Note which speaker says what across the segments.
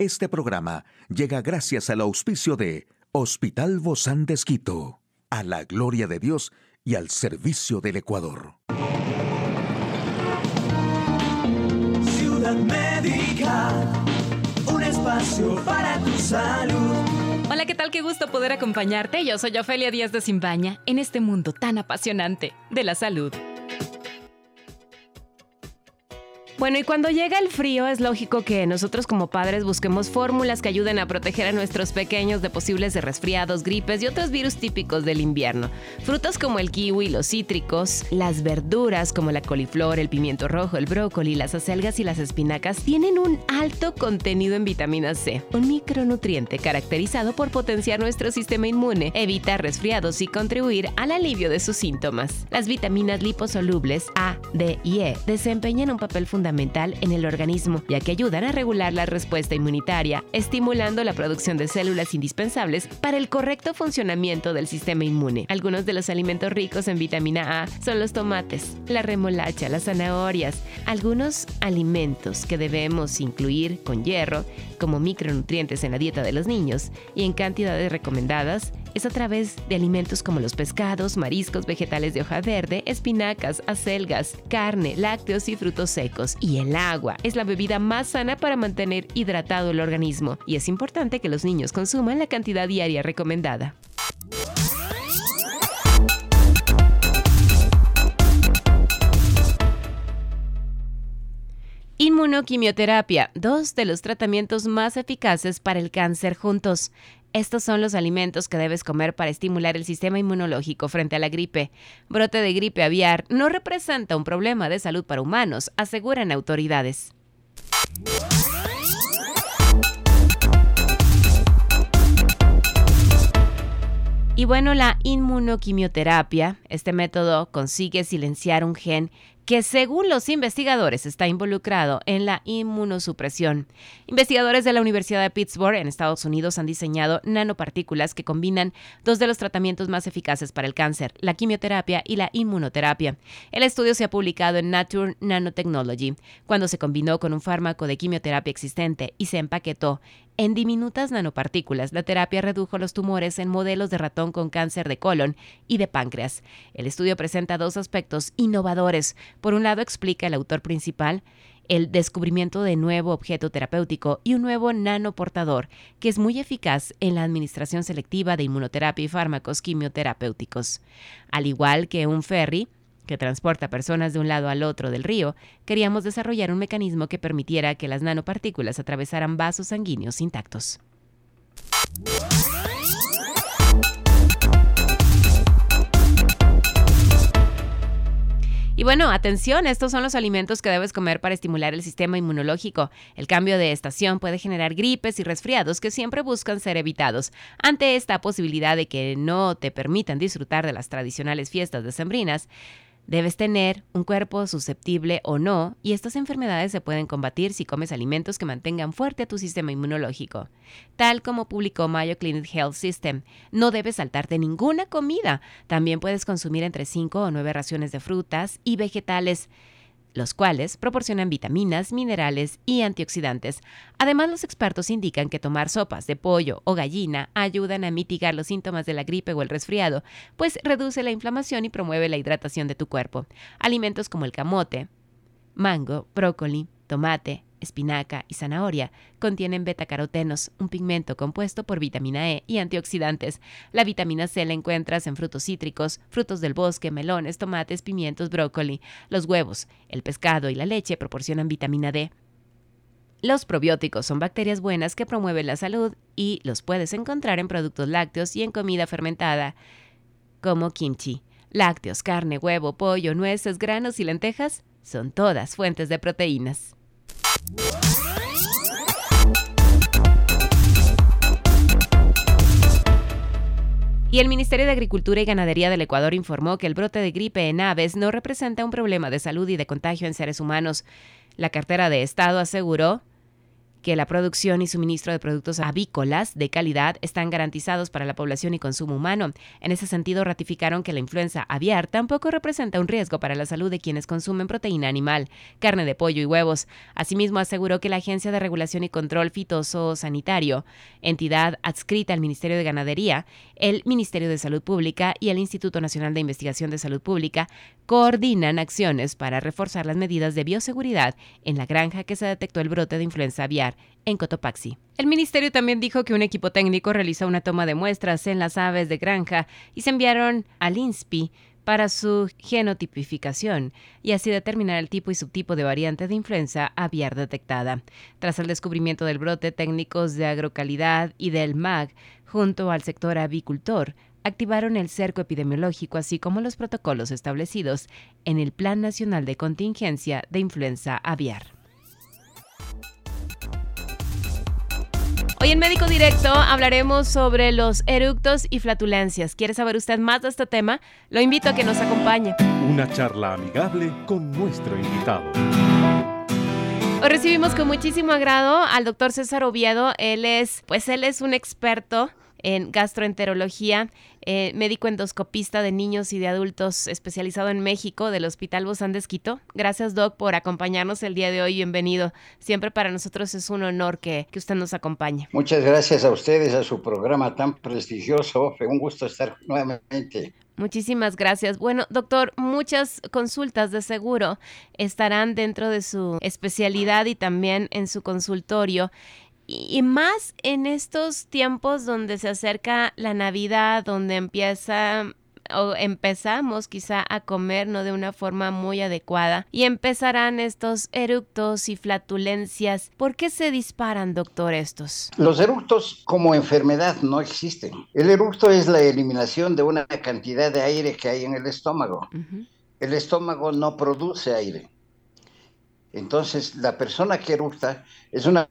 Speaker 1: Este programa llega gracias al auspicio de Hospital Bozán de Esquito, a la gloria de Dios y al servicio del Ecuador.
Speaker 2: Ciudad Médica, un espacio para tu salud.
Speaker 3: Hola, ¿qué tal? Qué gusto poder acompañarte. Yo soy Ofelia Díaz de Simbaña en este mundo tan apasionante de la salud. Bueno, y cuando llega el frío es lógico que nosotros como padres busquemos fórmulas que ayuden a proteger a nuestros pequeños de posibles resfriados, gripes y otros virus típicos del invierno. Frutas como el kiwi, los cítricos, las verduras como la coliflor, el pimiento rojo, el brócoli, las acelgas y las espinacas tienen un alto contenido en vitamina C, un micronutriente caracterizado por potenciar nuestro sistema inmune, evitar resfriados y contribuir al alivio de sus síntomas. Las vitaminas liposolubles A, D y E desempeñan un papel fundamental en el organismo, ya que ayudan a regular la respuesta inmunitaria, estimulando la producción de células indispensables para el correcto funcionamiento del sistema inmune. Algunos de los alimentos ricos en vitamina A son los tomates, la remolacha, las zanahorias. Algunos alimentos que debemos incluir con hierro, como micronutrientes en la dieta de los niños y en cantidades recomendadas, es a través de alimentos como los pescados, mariscos, vegetales de hoja verde, espinacas, acelgas, carne, lácteos y frutos secos. Y el agua es la bebida más sana para mantener hidratado el organismo, y es importante que los niños consuman la cantidad diaria recomendada. Inmunoquimioterapia, dos de los tratamientos más eficaces para el cáncer juntos. Estos son los alimentos que debes comer para estimular el sistema inmunológico frente a la gripe. Brote de gripe aviar no representa un problema de salud para humanos, aseguran autoridades. Y bueno, la inmunoquimioterapia, este método consigue silenciar un gen que según los investigadores está involucrado en la inmunosupresión. Investigadores de la Universidad de Pittsburgh en Estados Unidos han diseñado nanopartículas que combinan dos de los tratamientos más eficaces para el cáncer, la quimioterapia y la inmunoterapia. El estudio se ha publicado en Nature Nanotechnology. Cuando se combinó con un fármaco de quimioterapia existente y se empaquetó en diminutas nanopartículas, la terapia redujo los tumores en modelos de ratón con cáncer de colon y de páncreas. El estudio presenta dos aspectos innovadores. Por un lado, explica el autor principal el descubrimiento de nuevo objeto terapéutico y un nuevo nanoportador que es muy eficaz en la administración selectiva de inmunoterapia y fármacos quimioterapéuticos. Al igual que un ferry que transporta personas de un lado al otro del río, queríamos desarrollar un mecanismo que permitiera que las nanopartículas atravesaran vasos sanguíneos intactos. Y bueno, atención, estos son los alimentos que debes comer para estimular el sistema inmunológico. El cambio de estación puede generar gripes y resfriados que siempre buscan ser evitados. Ante esta posibilidad de que no te permitan disfrutar de las tradicionales fiestas decembrinas, debes tener un cuerpo susceptible o no, y estas enfermedades se pueden combatir si comes alimentos que mantengan fuerte a tu sistema inmunológico. Tal como publicó Mayo Clinic Health System, no debes saltarte ninguna comida. También puedes consumir entre 5 o 9 raciones de frutas y vegetales, los cuales proporcionan vitaminas, minerales y antioxidantes. Además, los expertos indican que tomar sopas de pollo o gallina ayudan a mitigar los síntomas de la gripe o el resfriado, pues reduce la inflamación y promueve la hidratación de tu cuerpo. Alimentos como el camote, mango, brócoli, tomate, espinaca y zanahoria contienen betacarotenos, un pigmento compuesto por vitamina E y antioxidantes. La vitamina C la encuentras en frutos cítricos, frutos del bosque, melones, tomates, pimientos, brócoli. Los huevos, el pescado y la leche proporcionan vitamina D. Los probióticos son bacterias buenas que promueven la salud y los puedes encontrar en productos lácteos y en comida fermentada, como kimchi. Lácteos, carne, huevo, pollo, nueces, granos y lentejas son todas fuentes de proteínas. Y el Ministerio de Agricultura y Ganadería del Ecuador informó que el brote de gripe en aves no representa un problema de salud y de contagio en seres humanos. La cartera de Estado aseguró que la producción y suministro de productos avícolas de calidad están garantizados para la población y consumo humano. En ese sentido, ratificaron que la influenza aviar tampoco representa un riesgo para la salud de quienes consumen proteína animal, carne de pollo y huevos. Asimismo, aseguró que la Agencia de Regulación y Control Fitosanitario, entidad adscrita al Ministerio de Ganadería, el Ministerio de Salud Pública y el Instituto Nacional de Investigación de Salud Pública, coordinan acciones para reforzar las medidas de bioseguridad en la granja que se detectó el brote de influenza aviar en Cotopaxi. El ministerio también dijo que un equipo técnico realizó una toma de muestras en las aves de granja y se enviaron al INSPI para su genotipificación y así determinar el tipo y subtipo de variante de influenza aviar detectada. Tras el descubrimiento del brote, técnicos de agrocalidad y del MAG, junto al sector avicultor, activaron el cerco epidemiológico así como los protocolos establecidos en el Plan Nacional de Contingencia de Influenza Aviar. Hoy en Médico Directo hablaremos sobre los eructos y flatulencias. ¿Quiere saber usted más de este tema? Lo invito a que nos acompañe.
Speaker 4: Una charla amigable con nuestro invitado.
Speaker 3: Hoy recibimos con muchísimo agrado al doctor César Oviedo. Él es un experto en gastroenterología, médico endoscopista de niños y de adultos especializado en México del Hospital Bozán de Esquito. Gracias, Doc, por acompañarnos el día de hoy. Bienvenido. Siempre para nosotros es un honor que usted nos acompañe.
Speaker 5: Muchas gracias a ustedes, a su programa tan prestigioso. Fue un gusto estar nuevamente.
Speaker 3: Muchísimas gracias. Bueno, doctor, muchas consultas de seguro estarán dentro de su especialidad y también en su consultorio. Y más en estos tiempos donde se acerca la Navidad, donde empezamos quizá a comer no de una forma muy adecuada y empezarán estos eructos y flatulencias. ¿Por qué se disparan, doctor, estos?
Speaker 5: Los eructos como enfermedad no existen. El eructo es la eliminación de una cantidad de aire que hay en el estómago. Uh-huh. El estómago no produce aire. Entonces, la persona que eructa es una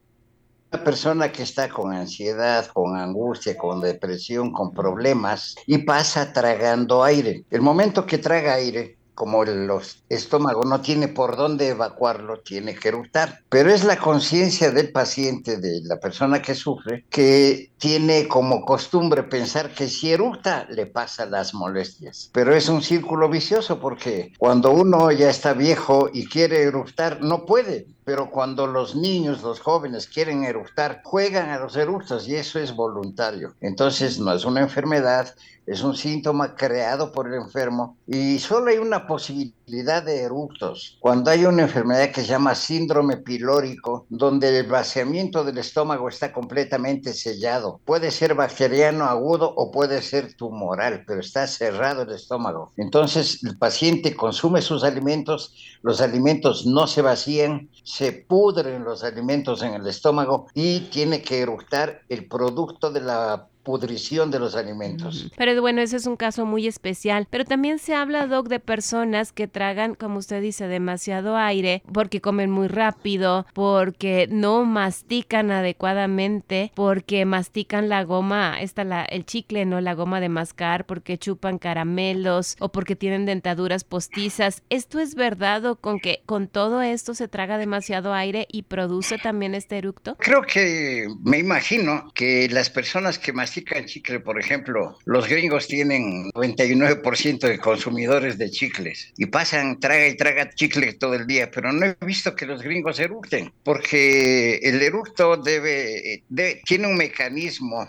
Speaker 5: persona que está con ansiedad, con angustia, con depresión, con problemas y pasa tragando aire. El momento que traga aire, como el estómago no tiene por dónde evacuarlo, tiene que eructar. Pero es la conciencia del paciente, de la persona que sufre, que tiene como costumbre pensar que si eructa le pasa las molestias. Pero es un círculo vicioso porque cuando uno ya está viejo y quiere eructar, no puede. Pero cuando los niños, los jóvenes quieren eructar, juegan a los eructos y eso es voluntario. Entonces no es una enfermedad, es un síntoma creado por el enfermo y solo hay una posibilidad de eructos. Cuando hay una enfermedad que se llama síndrome pilórico, donde el vaciamiento del estómago está completamente sellado. Puede ser bacteriano agudo o puede ser tumoral, pero está cerrado el estómago. Entonces el paciente consume sus alimentos, los alimentos no se vacían, se pudren los alimentos en el estómago y tiene que eructar el producto de la pudrición de los alimentos.
Speaker 3: Pero bueno, ese es un caso muy especial. Pero también se habla, Doc, de personas que tragan, como usted dice, demasiado aire porque comen muy rápido, porque no mastican adecuadamente, porque mastican la goma, el chicle, no la goma de mascar, porque chupan caramelos o porque tienen dentaduras postizas. ¿Esto es verdad o con todo esto se traga demasiado aire y produce también este eructo?
Speaker 5: Creo que me imagino que las personas que mastican chicle, por ejemplo, los gringos tienen 99% de consumidores de chicles y traga y traga chicle todo el día, pero no he visto que los gringos eructen, porque el eructo tiene un mecanismo,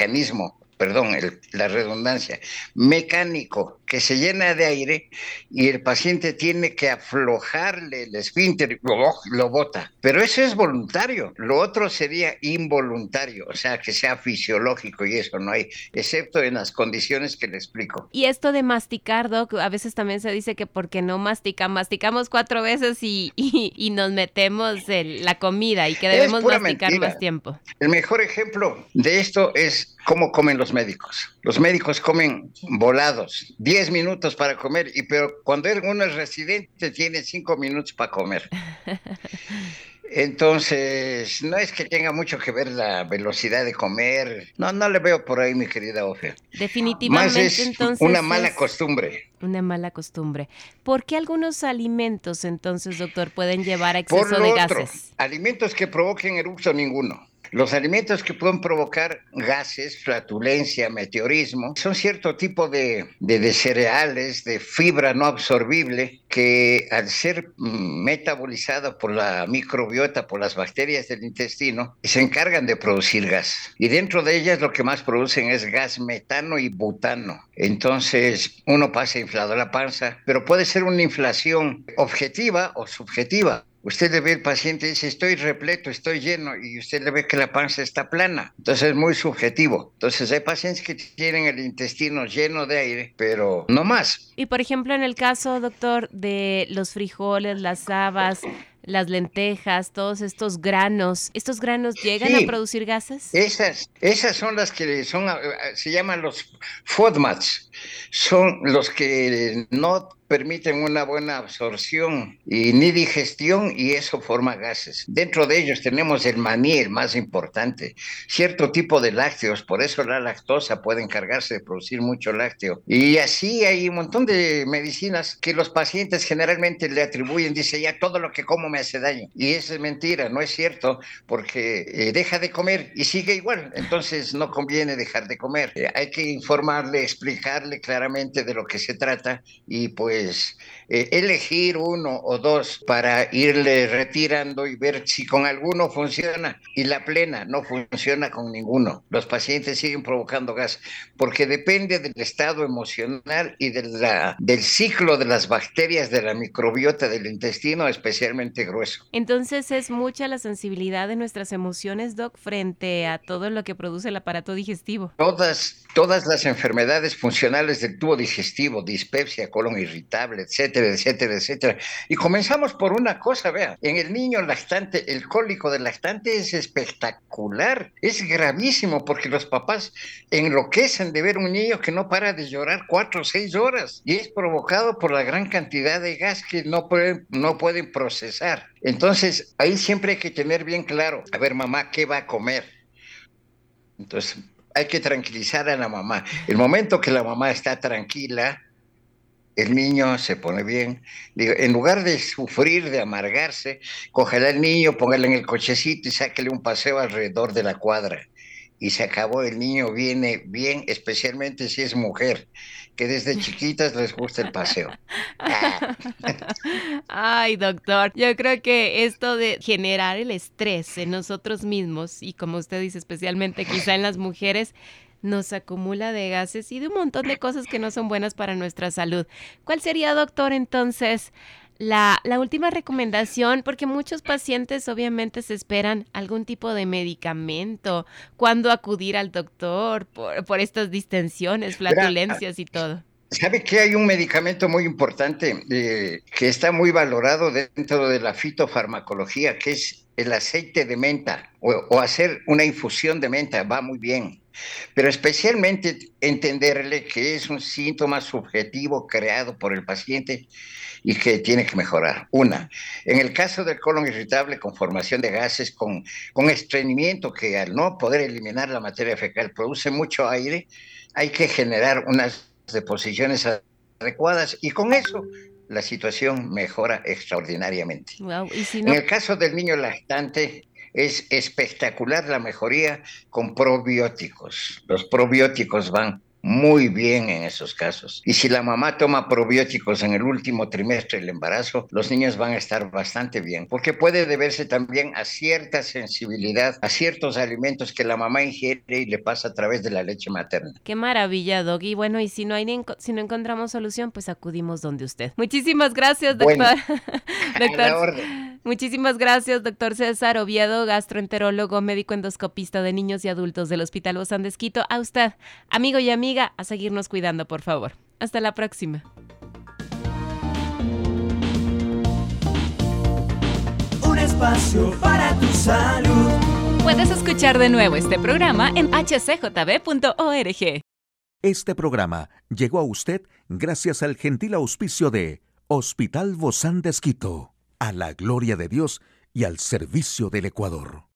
Speaker 5: la redundancia, mecánico, que se llena de aire y el paciente tiene que aflojarle el esfínter y lo bota. Pero eso es voluntario, lo otro sería involuntario, o sea, que sea fisiológico y eso no hay, excepto en las condiciones que le explico.
Speaker 3: Y esto de masticar, Doc, a veces también se dice que porque no masticamos 4 veces y nos metemos la comida y que debemos masticar mentira. Más tiempo.
Speaker 5: El mejor ejemplo de esto es cómo comen los médicos. Los médicos comen volados, 10 minutos para comer, pero cuando uno es residente tiene 5 minutos para comer. Entonces, no es que tenga mucho que ver la velocidad de comer. No le veo por ahí, mi querida Ofe. Más
Speaker 3: Definitivamente,
Speaker 5: es
Speaker 3: entonces,
Speaker 5: una mala
Speaker 3: es
Speaker 5: costumbre.
Speaker 3: una mala costumbre. ¿Por qué algunos alimentos, entonces, doctor, pueden llevar a
Speaker 5: Por
Speaker 3: exceso
Speaker 5: lo
Speaker 3: de
Speaker 5: otro,
Speaker 3: gases?
Speaker 5: alimentos que provoquen eructo, ninguno. Los alimentos que pueden provocar gases, flatulencia, meteorismo, son cierto tipo de cereales, de fibra no absorbible, que al ser metabolizada por la microbiota, por las bacterias del intestino, se encargan de producir gas. Y dentro de ellas lo que más producen es gas metano y butano. Entonces uno pasa inflado la panza, pero puede ser una inflación objetiva o subjetiva. Usted le ve al paciente y dice, estoy repleto, estoy lleno, y usted le ve que la panza está plana. Entonces es muy subjetivo. Entonces hay pacientes que tienen el intestino lleno de aire, pero no más.
Speaker 3: Y por ejemplo, en el caso, doctor, de los frijoles, las habas, las lentejas, todos ¿estos granos llegan a
Speaker 5: Sí,
Speaker 3: producir gases?
Speaker 5: esas son las que se llaman los FODMAPs, son los que no permiten una buena absorción y ni digestión, y eso forma gases. Dentro de ellos tenemos el maní, el más importante, cierto tipo de lácteos, por eso la lactosa puede encargarse de producir mucho lácteo. Y así hay un montón de medicinas que los pacientes generalmente le atribuyen, dice, ya todo lo que como me hace daño. Y eso es mentira, no es cierto, porque deja de comer y sigue igual. Entonces no conviene dejar de comer. Hay que informarle, explicarle claramente de lo que se trata y pues elegir uno o dos para irle retirando y ver si con alguno funciona. Y la plena no funciona con ninguno. Los pacientes siguen provocando gas porque depende del estado emocional y del ciclo de las bacterias de la microbiota del intestino, especialmente grueso.
Speaker 3: Entonces es mucha la sensibilidad de nuestras emociones, doc, frente a todo lo que produce el aparato digestivo.
Speaker 5: Todas las enfermedades funcionales del tubo digestivo, dispepsia, colon irritable, etcétera, etcétera, etcétera. Y comenzamos por una cosa, vea, en el niño lactante, el cólico del lactante es espectacular, es gravísimo porque los papás enloquecen de ver un niño que no para de llorar 4 o 6 horas y es provocado por la gran cantidad de gas que no pueden procesar. Entonces, ahí siempre hay que tener bien claro, a ver, mamá, ¿qué va a comer? Entonces, hay que tranquilizar a la mamá. El momento que la mamá está tranquila, el niño se pone bien. Digo, en lugar de sufrir, de amargarse, cógele al niño, póngale en el cochecito y sáquele un paseo alrededor de la cuadra. Y se acabó, el niño viene bien, especialmente si es mujer, que desde chiquitas les gusta el paseo.
Speaker 3: Ay, doctor, yo creo que esto de generar el estrés en nosotros mismos y como usted dice, especialmente quizá en las mujeres, nos acumula de gases y de un montón de cosas que no son buenas para nuestra salud. ¿Cuál sería, doctor, entonces, la última recomendación? Porque muchos pacientes obviamente se esperan algún tipo de medicamento, cuándo acudir al doctor por estas distensiones, flatulencias y todo.
Speaker 5: ¿Sabe que hay un medicamento muy importante que está muy valorado dentro de la fitofarmacología, que es el aceite de menta o hacer una infusión de menta? Va muy bien. Pero especialmente entenderle que es un síntoma subjetivo creado por el paciente y que tiene que mejorar. En el caso del colon irritable con formación de gases, con estreñimiento, que al no poder eliminar la materia fecal produce mucho aire, hay que generar unas deposiciones adecuadas y con eso la situación mejora extraordinariamente.
Speaker 3: Wow, ¿y si no?
Speaker 5: En el caso del niño lactante, es espectacular la mejoría con probióticos. Los probióticos van muy bien en esos casos. Y si la mamá toma probióticos en el último trimestre del embarazo, los niños van a estar bastante bien, porque puede deberse también a cierta sensibilidad, a ciertos alimentos que la mamá ingiere y le pasa a través de la leche materna.
Speaker 3: Qué maravilla, Doc. Y bueno, y si no encontramos solución, pues acudimos donde usted. Muchísimas gracias, doctor.
Speaker 5: Bueno,
Speaker 3: doctor,
Speaker 5: a la orden.
Speaker 3: Muchísimas gracias, doctor César Oviedo, gastroenterólogo, médico endoscopista de niños y adultos del Hospital Bozán de Esquito. A usted, amigo y amiga, a seguirnos cuidando, por favor. Hasta la próxima.
Speaker 2: Un espacio para tu salud.
Speaker 6: Puedes escuchar de nuevo este programa en hcjb.org.
Speaker 1: Este programa llegó a usted gracias al gentil auspicio de Hospital Bozán de Esquito. A la gloria de Dios y al servicio del Ecuador.